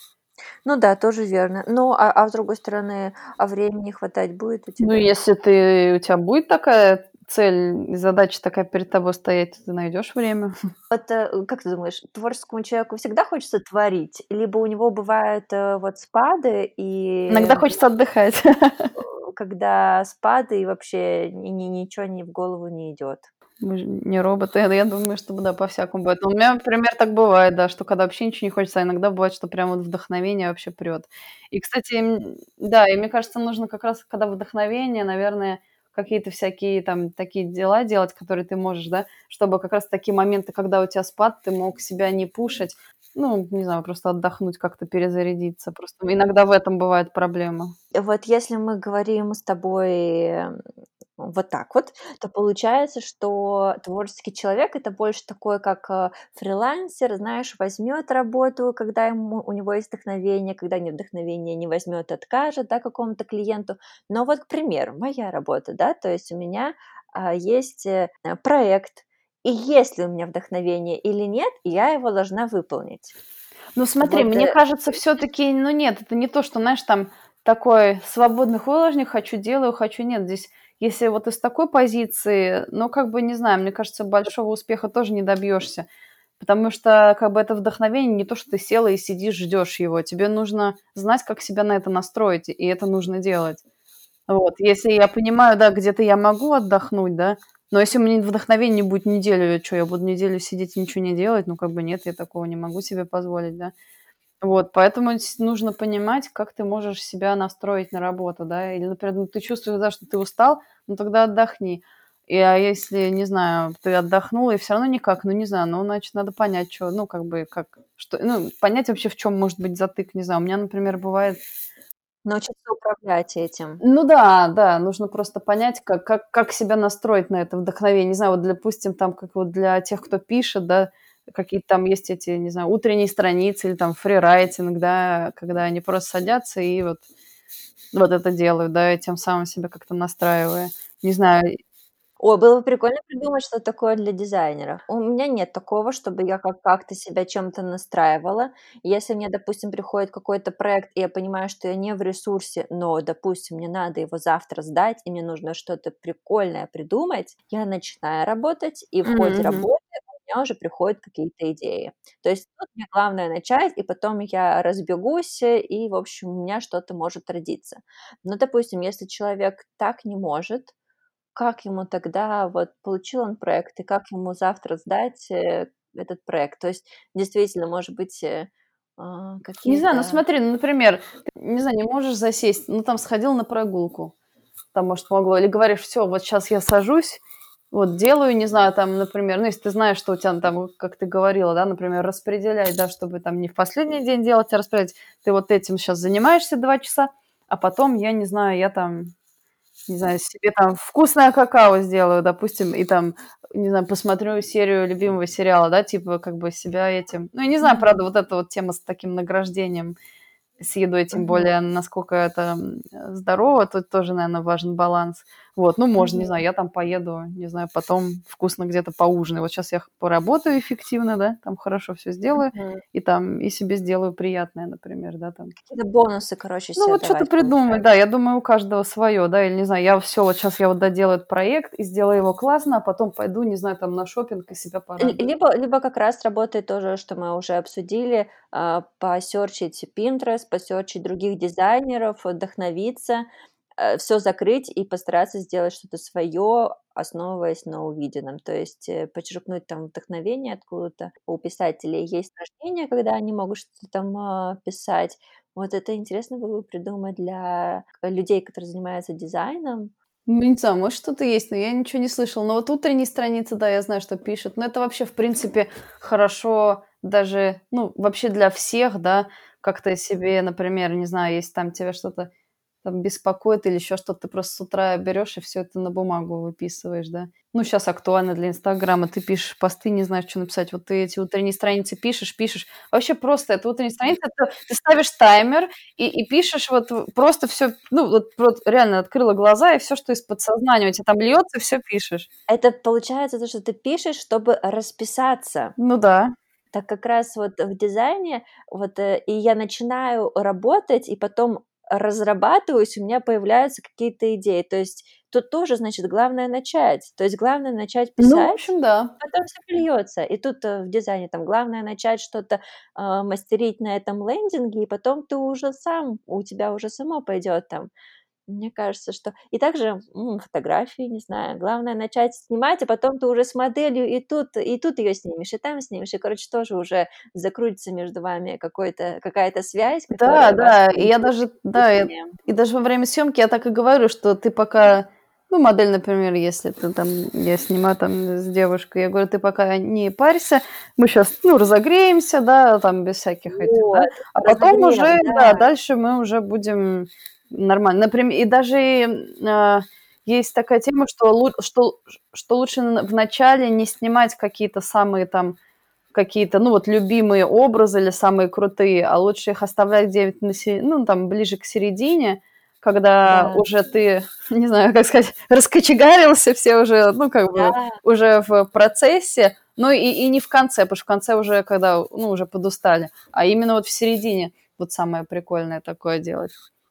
Ну да, тоже верно. Ну, а, а с другой стороны, а времени хватать будет у Ну, тебя? если ты у тебя будет такая цель и задача такая перед тобой стоять, то ты найдешь время. Вот, э, как ты думаешь, творческому человеку всегда хочется творить, либо у него бывают, э, вот спады, и, Иногда хочется отдыхать. э, когда спады, и вообще ни ни ничего ни в голову не идет? Мы же не роботы. Я я думаю, что да, по-всякому бывает. Но у меня, например, так бывает, да, что когда вообще ничего не хочется, а иногда бывает, что прям вот вдохновение вообще прет. И, кстати, м, да, и мне кажется, нужно как раз, когда вдохновение, наверное, какие-то всякие там такие дела делать, которые ты можешь, да, чтобы как раз такие моменты, когда у тебя спад, ты мог себя не пушить, ну, не знаю, просто отдохнуть, как-то перезарядиться. Просто иногда в этом бывает проблема. Вот если мы говорим с тобой, м, вот так вот, то получается, что творческий человек — это больше такой, как, э, фрилансер, знаешь, возьмет работу, когда ему у него есть вдохновение, когда нет вдохновения, не возьмет, откажет, да, какому-то клиенту. Но вот, к примеру, моя работа, да, то есть у меня, а, есть, э, проект, и есть ли у меня вдохновение или нет, я его должна выполнить. Ну, смотри, Вот, мне э, кажется, все таки ну, нет, это не то, что, знаешь, там такой свободный художник: хочу — делаю, хочу — нет. Здесь, если вот из такой позиции, ну, как бы, не знаю, мне кажется, большого успеха тоже не добьешься, потому что, как бы, это вдохновение не то, что ты села и сидишь, ждешь его. Тебе нужно знать, как себя на это настроить, и это нужно делать. Вот, если я понимаю, да, где-то я могу отдохнуть, да, но если у меня вдохновения не будет неделю, я чё, я буду неделю сидеть и ничего не делать? Ну, как бы нет, я такого не могу себе позволить, да. Вот, поэтому с нужно понимать, как ты можешь себя настроить на работу, да. Или, например, ну, ты чувствуешь, да, что ты устал, ну, тогда отдохни. И, а если, не знаю, ты отдохнул и все равно никак, ну, не знаю, ну, значит, надо понять, чё, ну, как бы, как, что, ну, понять вообще, в чем может быть затык, не знаю. У меня, например, бывает. научиться управлять этим. Ну да, да, нужно просто понять, как как как себя настроить на это вдохновение. Не знаю, вот, допустим, там, как вот для тех, кто пишет, да, какие-то там есть эти, не знаю, утренние страницы или там фрирайтинг, да, когда они просто садятся и вот, вот это делают, да, и тем самым себя как-то настраивая. Не знаю. Ой, было бы прикольно придумать что-то такое для дизайнеров. У меня нет такого, чтобы я как- как-то себя чем-то настраивала. Если мне, допустим, приходит какой-то проект, и я понимаю, что я не в ресурсе, но, допустим, мне надо его завтра сдать, и мне нужно что-то прикольное придумать, я начинаю работать, и в ходе Мгм. работы у меня уже приходят какие-то идеи. То есть тут мне главное начать, и потом я разбегусь, э, и, в общем, у меня что-то может родиться. Но, допустим, если человек так не может, как ему тогда, вот получил он проект, и как ему завтра сдать, э, этот проект? То есть, действительно, может быть, э, а, Не знаю, ну какие-то смотри, ну, например, ты, не знаю, не можешь засесть, ну, там сходил на прогулку, там, может, помогло, или говоришь, все, вот сейчас я сажусь, вот делаю, не знаю, там, например, ну, если ты знаешь, что у тебя там, как ты говорила, да, например, распределять, да, чтобы там не в последний день делать, а распределять, ты вот этим сейчас занимаешься два часа, а потом, я не знаю, я там, не знаю, себе там вкусное какао сделаю, допустим, и там, не знаю, посмотрю серию любимого сериала, да, типа как бы себя этим. Ну, я не знаю, Мгм, правда, вот эта вот тема с таким награждением с едой, тем мгм, более, насколько это м, здорово, тут тоже, наверное, важен баланс. Вот, ну, можно, не мгм. знаю, я там поеду, не знаю, потом вкусно где-то поужинаю. Вот сейчас я поработаю эффективно, да, там хорошо все сделаю, Мгм. и там и себе сделаю приятное, например, да, там. Какие-то бонусы, короче, Ну, себе вот что-то давать, придумать, да. получается. Я думаю, у каждого свое, да, или, не знаю, я все вот сейчас я вот доделаю этот проект и сделаю его классно, а потом пойду, не знаю, там на шопинг и себя Л порадую. либо либо как раз работает тоже, что мы уже обсудили, а, посерчить Pinterest, посерчить других дизайнеров, вдохновиться, все закрыть и постараться сделать что-то свое, основываясь на увиденном. То есть, э, почерпнуть там вдохновение откуда-то. У писателей есть рождение, когда они могут что-то там, а, писать. Вот это интересно было бы придумать для людей, которые занимаются дизайном. Ну, не знаю, может, что-то есть, но я ничего не слышала. Но вот утренние страницы, да, я знаю, что пишут. Но это вообще, в принципе, хорошо даже, ну, вообще для всех, да. Как-то себе, например, не знаю, если там тебя что-то там беспокоит или еще что-то, ты просто с утра берешь и все это на бумагу выписываешь, да. Ну, сейчас актуально для "Инстаграма". Ты пишешь посты, не знаешь, что написать. Вот ты эти утренние страницы пишешь, пишешь. Вообще просто это утренние страницы, это ты ставишь таймер и и пишешь вот в просто все, ну, вот вот реально открыла глаза, и все, что из подсознания у тебя там льется, все пишешь. Это получается то, что ты пишешь, чтобы расписаться. Ну да. Так как раз вот в дизайне, вот, э, и я начинаю работать, и потом разрабатываюсь, у меня появляются какие-то идеи. То есть тут тоже, значит, главное начать. То есть главное начать Ну, в писать, общем, да. потом все польется. И тут, э, в дизайне там главное начать что-то, а, мастерить на этом лендинге, и потом ты уже сам, у тебя уже само пойдет там. Мне кажется, что и также, м, фотографии, не знаю, главное начать снимать, а потом ты уже с моделью и тут и тут ее снимешь, и там снимешь, и, короче, тоже уже закрутится между вами какой-то какая-то связь, Да, которая вас да, и я приведет даже, к да, и искренним. и даже во время съемки я так и говорю, что ты пока, ну, модель, например, если ты там, я снимаю там с девушкой, я говорю: "Ты пока не парься, мы сейчас, ну, разогреемся, да, там без всяких этих, да, Вот, а потом разогрев, уже, да, да. дальше мы уже будем нормально". Например, и даже, а, есть такая тема, что лу что что лучше н в начале не снимать какие-то самые там какие-то, ну, вот любимые образы или самые крутые, а лучше их оставлять где-нибудь на се ну, там, ближе к середине, когда Да, уже ты, не знаю, как сказать, раскочегарился, все уже, ну, как бы да. уже в процессе, ну, и и не в конце, потому что в конце уже, когда, ну, уже подустали, а именно вот в середине вот самое прикольное такое делать.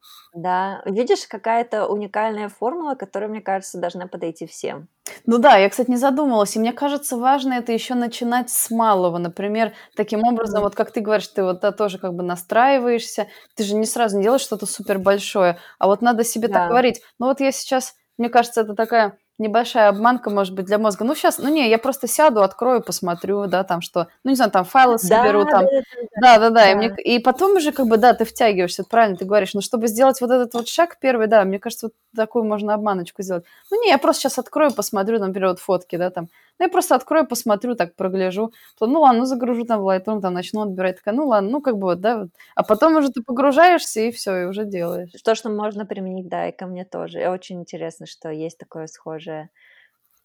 Да, видишь, какая-то уникальная формула, которая, мне кажется, должна подойти всем. Ну да, я, кстати, не задумывалась. И мне кажется, важно это еще начинать с малого. Например, таким образом, Мгм. вот как ты говоришь, ты вот да, тоже как бы настраиваешься, ты же не сразу не делаешь что-то супер большое, а вот надо себе так Да. говорить. Ну вот я сейчас, мне кажется, это такая небольшая обманка, может быть, для мозга. Ну сейчас, ну не, я просто сяду, открою, посмотрю, да, там что, ну не знаю, там файлы Да, соберу, там, да-да-да-да. да-да-да, и, мне, Да. и потом уже как бы, да, ты втягиваешься, это правильно ты говоришь, но чтобы сделать вот этот вот шаг первый, да, мне кажется, вот такую можно обманочку сделать. Ну не, я просто сейчас открою, посмотрю, например, вот фотки, да, там. Ну, я просто открою, посмотрю, так прогляжу. То, ну ладно, ну загружу там в Lightroom, там начну отбирать. Такая, ну ладно, ну как бы вот, да. Вот. А потом уже ты погружаешься и все, и уже делаешь. То, что можно применить, да, и ко мне тоже. И очень интересно, что есть такое схожее.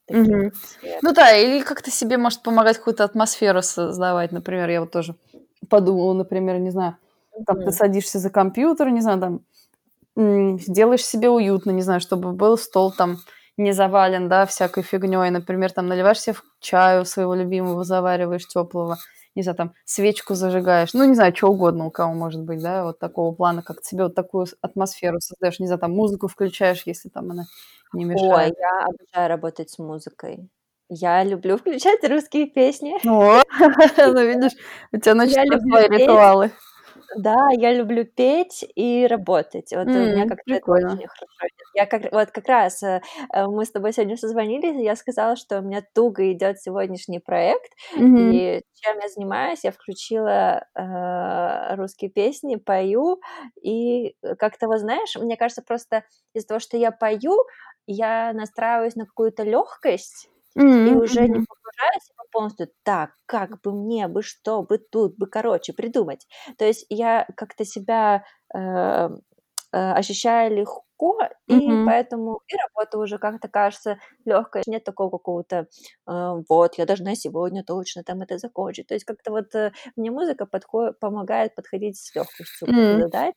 такие Мгм. вот сферы. Ну да, или как-то себе может помогать какую-то атмосферу создавать. Например, я вот тоже подумала, например, не знаю, там ты Мгм. садишься за компьютер, не знаю, там м, делаешь себе уютно, не знаю, чтобы был стол там не завален, да, всякой фигней. Например, там наливаешь себе в чаю своего любимого, завариваешь теплого, не знаю, там свечку зажигаешь, ну, не знаю, что угодно у кого может быть, да, вот такого плана, как себе вот такую с- атмосферу создаешь, не знаю, там музыку включаешь, если там она не Ой, мешает. я обожаю работать с музыкой. Я люблю включать русские песни. О, ну видишь, у тебя Я начинают люблю свои петь. ритуалы. Да, я люблю петь и работать. Вот у меня М, как-то это прикольно. очень хорошо идет. Я как вот как раз, э, э, мы с тобой сегодня созвонились, и я сказала, что у меня туго идет сегодняшний проект, Мгм. и чем я занимаюсь, я включила, э, русские песни, пою, и, э, как-то вот знаешь, мне кажется, просто из-за того, что я пою, я настраиваюсь на какую-то легкость и М, уже не мгм. погружаюсь типа полностью: "Так, как бы мне бы, что бы тут бы, короче, придумать". То есть я как-то себя, э, э, ощущаю легко, и Мгм. поэтому и работа уже как-то кажется легкой. Нет такого какого-то, э, вот я должна сегодня точно там это закончить. То есть как-то вот, э, мне музыка подхо помогает подходить с легкостью к М, задач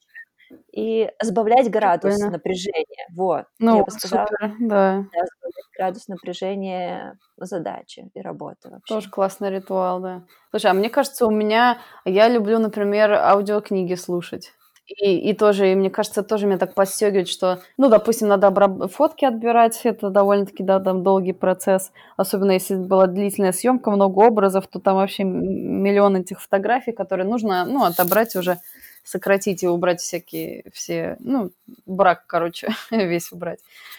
и сбавлять градус прикольно. напряжения. Вот, я Ну, бы сказала, супер, да. да, сбавлять градус напряжения задачи и работы Тоже вообще. классный ритуал, да. Слушай, а мне кажется, у меня я люблю, например, аудиокниги слушать. И и тоже, и мне кажется, тоже меня так подстёгивает, что, ну, допустим, надо обраб фотки отбирать, это довольно-таки, да, там долгий процесс. Особенно если была длительная съемка, много образов, то там вообще м миллион этих фотографий, которые нужно, ну, отобрать уже, сократить и убрать всякие все, ну, брак, короче, весь убрать.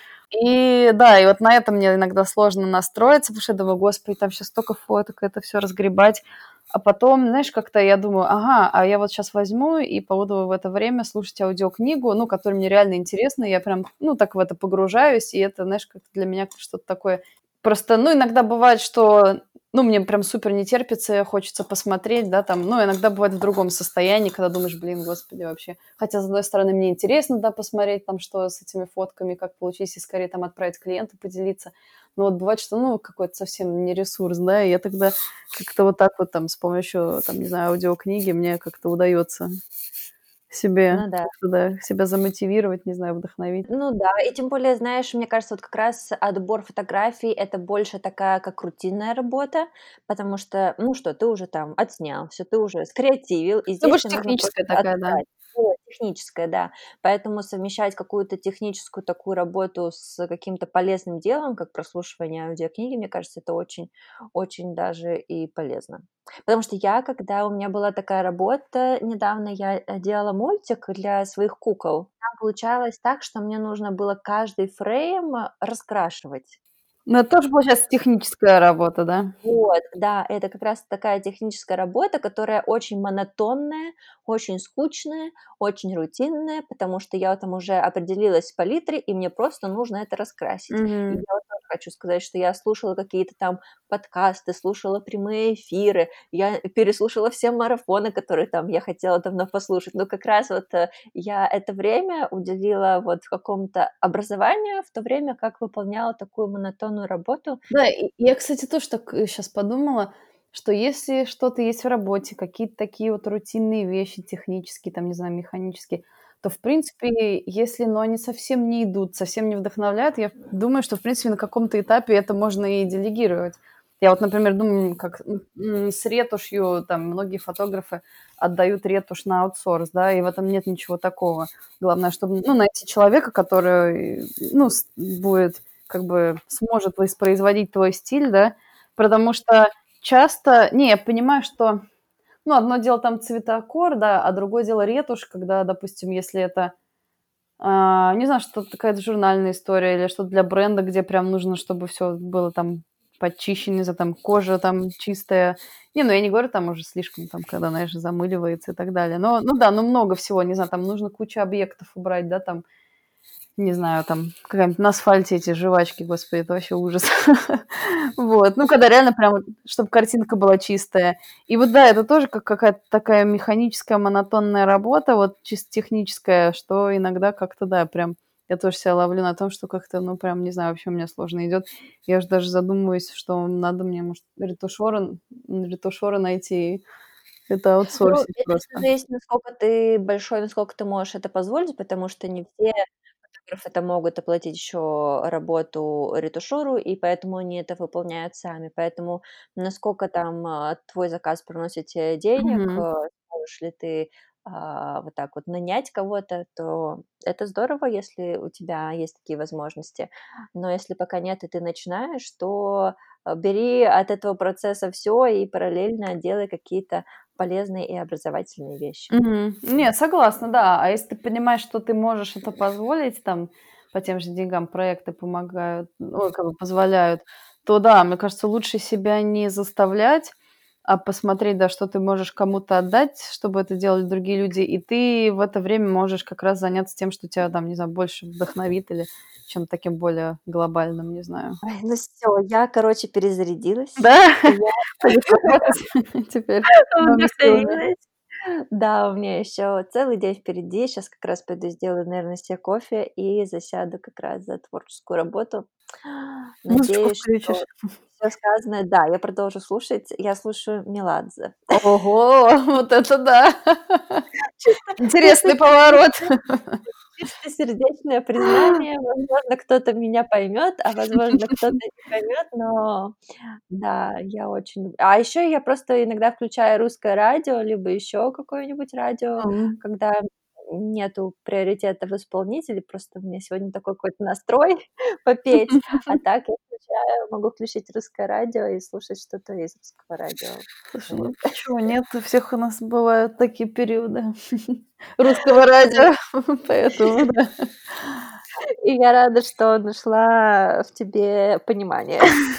И да, и вот на это мне иногда сложно настроиться, потому что я думаю: "Господи, там сейчас столько фоток, это все разгребать". А потом, знаешь, как-то я думаю: "Ага, а я вот сейчас возьму и буду в это время слушать аудиокнигу, ну, которая мне реально интересна". Я прям, ну, так в это погружаюсь, и это, знаешь, как-то для меня что-то такое. Просто, ну, иногда бывает, что, ну, мне прям супер не терпится, хочется посмотреть, да, там, ну, иногда бывает в другом состоянии, когда думаешь: "Блин, господи, вообще". Хотя, с одной стороны, мне интересно, да, посмотреть там, что с этими фотками, как получилось, и скорее там отправить клиенту, поделиться. Но вот бывает, что, ну, какой-то совсем не ресурс, да, и я тогда как-то вот так вот там с помощью, там, не знаю, аудиокниги мне как-то удается себе Ну да. как-то, да, себя замотивировать, не знаю, вдохновить. Ну да, и тем более, знаешь, мне кажется, вот как раз отбор фотографий — это больше такая, как рутинная работа, потому что, ну что, ты уже там отснял, все, ты уже скреативил, и Ну, здесь больше тебе нужно просто техническая такая, да. отдать. Вот, техническая, да. Поэтому совмещать какую-то техническую такую работу с каким-то полезным делом, как прослушивание аудиокниги, мне кажется, это очень очень даже и полезно. Потому что я, когда у меня была такая работа, недавно я, э, делала мультик для своих кукол. Там получалось так, что мне нужно было каждый фрейм, э, раскрашивать. Но это тоже, получается, техническая работа, да? Вот, да, это как раз такая техническая работа, которая очень монотонная, очень скучная, очень рутинная, потому что я там уже определилась в палитре, и мне просто нужно это раскрасить. И я Мгм. вот тоже хочу сказать, что я слушала какие-то там подкасты, слушала прямые эфиры, я переслушала все марафоны, которые там я хотела давно послушать. Но как раз вот э, я это время уделила вот какому-то образованию, в то время как выполняла такую монотонную работу. Да, и я, кстати, тоже так сейчас подумала, что если что-то есть в работе, какие-то такие вот рутинные вещи технические, там, не знаю, механические, то, в принципе, если, ну, они совсем не идут, совсем не вдохновляют, я думаю, что, в принципе, на каком-то этапе это можно и делегировать. Я вот, например, думаю, как м, с ретушью, там, многие фотографы отдают ретушь на аутсорс, да, и в этом нет ничего такого. Главное, чтобы, ну, найти человека, который, ну, с- будет как бы сможет воспроизводить твой стиль, да, потому что часто, не, я понимаю, что, ну, одно дело там цветокор, да, а другое дело ретушь, когда, допустим, если это, а, не знаю, что-то какая-то журнальная история или что-то для бренда, где прям нужно, чтобы все было там подчищено, не знаю, там кожа там чистая. Не, ну я не говорю там уже слишком, там, когда, знаешь, замыливается и так далее. Но, ну да, ну много всего, не знаю, там нужно кучу объектов убрать, да, там, не знаю, там какая-нибудь на асфальте эти жвачки, господи, это вообще ужас. Вот, ну, когда реально прям, чтобы картинка была чистая. И вот да, это тоже как какая-то такая механическая, монотонная работа, вот чисто техническая, что иногда как-то, да, прям я тоже себя ловлю на том, что как-то, ну, прям, не знаю, вообще у меня сложно идет. Я уже даже задумываюсь, что надо мне, может, ретушера, ретушера найти и это Ну, аутсорсить это просто. всё зависит, насколько ты большой, насколько ты можешь это позволить, потому что не все фотографы это могут оплатить еще работу ретушеру, и поэтому они это выполняют сами. Поэтому насколько там, а, твой заказ приносит те денег, Мгм. э, сможешь ли ты, а, вот так вот нанять кого-то, то это здорово, если у тебя есть такие возможности. Но если пока нет и ты начинаешь, то, э, бери от этого процесса всё и параллельно делай какие-то полезные и образовательные вещи. Мгм. Не, согласна, да. А если ты понимаешь, что ты можешь это позволить, там, по тем же деньгам проекты помогают, ой, как бы позволяют, то да, мне кажется, лучше себя не заставлять, а посмотреть, да, что ты можешь кому-то отдать, чтобы это делали другие люди, и ты в это время можешь как раз заняться тем, что тебя там, не знаю, больше вдохновит или чем-то таким более глобальным, не знаю. Ой, ну всё, я, короче, перезарядилась. Да? Я Пойдёшь работать теперь новыми силами? вдохновилась. Да, у меня еще целый день впереди. Сейчас как раз пойду сделаю, наверно, се кофе и засяду как раз за творческую работу. Музычку Надеюсь, что включишь? всё сказанное да, я продолжу слушать. Я слушаю Меладзе. Ого, вот это да! Чисто чисто Интересный поворот. чисто сердечное признание. Возможно, кто-то меня поймет, а возможно, кто-то не поймет, но да, я очень люб А еще я просто иногда включаю русское радио, либо еще какое-нибудь радио, М. когда нету приоритета в исполнителе. Просто у меня сегодня такой какой-то настрой попеть. А так я включаю могу включить русское радио и слушать что-то из русского радио. Слушай, Вот. ну почему нет? У всех у нас бывают такие периоды русского радио, поэтому да. И я рада, что нашла в тебе понимание.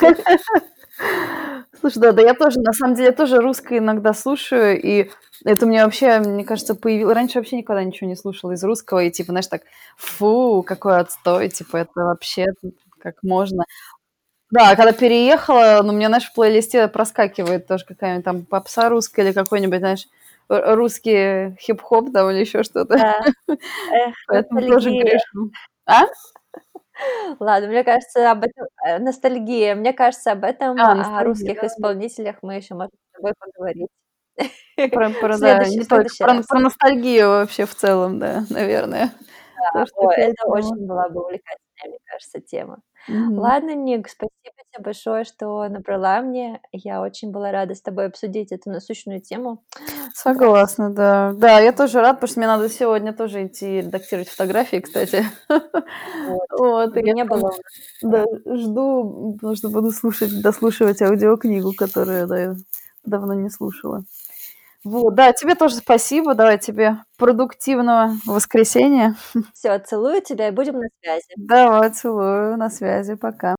Слушай, да, да я тоже, на самом деле, тоже русское иногда слушаю, и это у меня вообще, мне кажется, появи раньше вообще никогда ничего не слушала из русского, и типа, знаешь, так: "Фу, какой отстой!" Типа, это вообще, тут как можно? Да, когда переехала, ну, у меня, знаешь, в плейлисте проскакивает тоже какая-нибудь там попса русская или какой-нибудь, знаешь, р русский хип-хоп там или еще что-то. Да. Эх, Поэтому тоже ностальгия. грешу. А? Ладно, мне кажется, об этом, э, ностальгия. Мне кажется, об этом, А, о ностальгия, русских да-да. исполнителях мы еще можем с тобой поговорить. Про В про да, следующий не в только следующий про раз. про ностальгию вообще в целом, да, наверное. Да, Тоже ой, такая это тема. очень была бы увлекательная, мне кажется, тема. Мгм. Ладно, Ник, спасибо те большое, что набрала мне. Я очень была рада с тобой обсудить эту насущную тему. Раз. Согласна, да. Да, я тоже рада, потому что мне надо сегодня тоже идти редактировать фотографии, кстати. Вот. Вот, и Чтобы я не прям, было у нас да, спора. жду, потому что буду слушать, дослушивать аудиокнигу, которую, да, я давно не слушала. Вот, да, тебе тоже спасибо. Давай, тебе продуктивного воскресенья. Всё, целую тебя и будем на связи. Давай, целую. На связи. Пока.